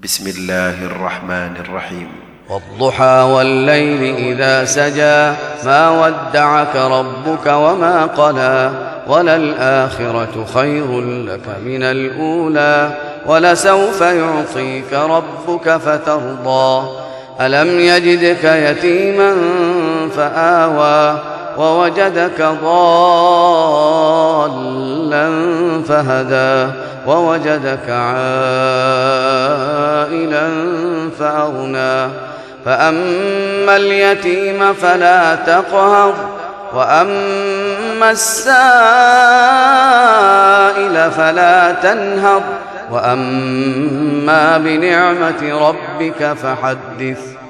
بسم الله الرحمن الرحيم. والضحى والليل إذا سجى ما ودعك ربك وما قلى وللآخرة خير لك من الأولى ولسوف يعطيك ربك فترضى ألم يجدك يتيما فآوى ووجدك ضالا فهدى ووجدك عائلا فأغنى فأما اليتيم فلا تقهر وأما السائل فلا تنهر وأما بنعمة ربك فحدث.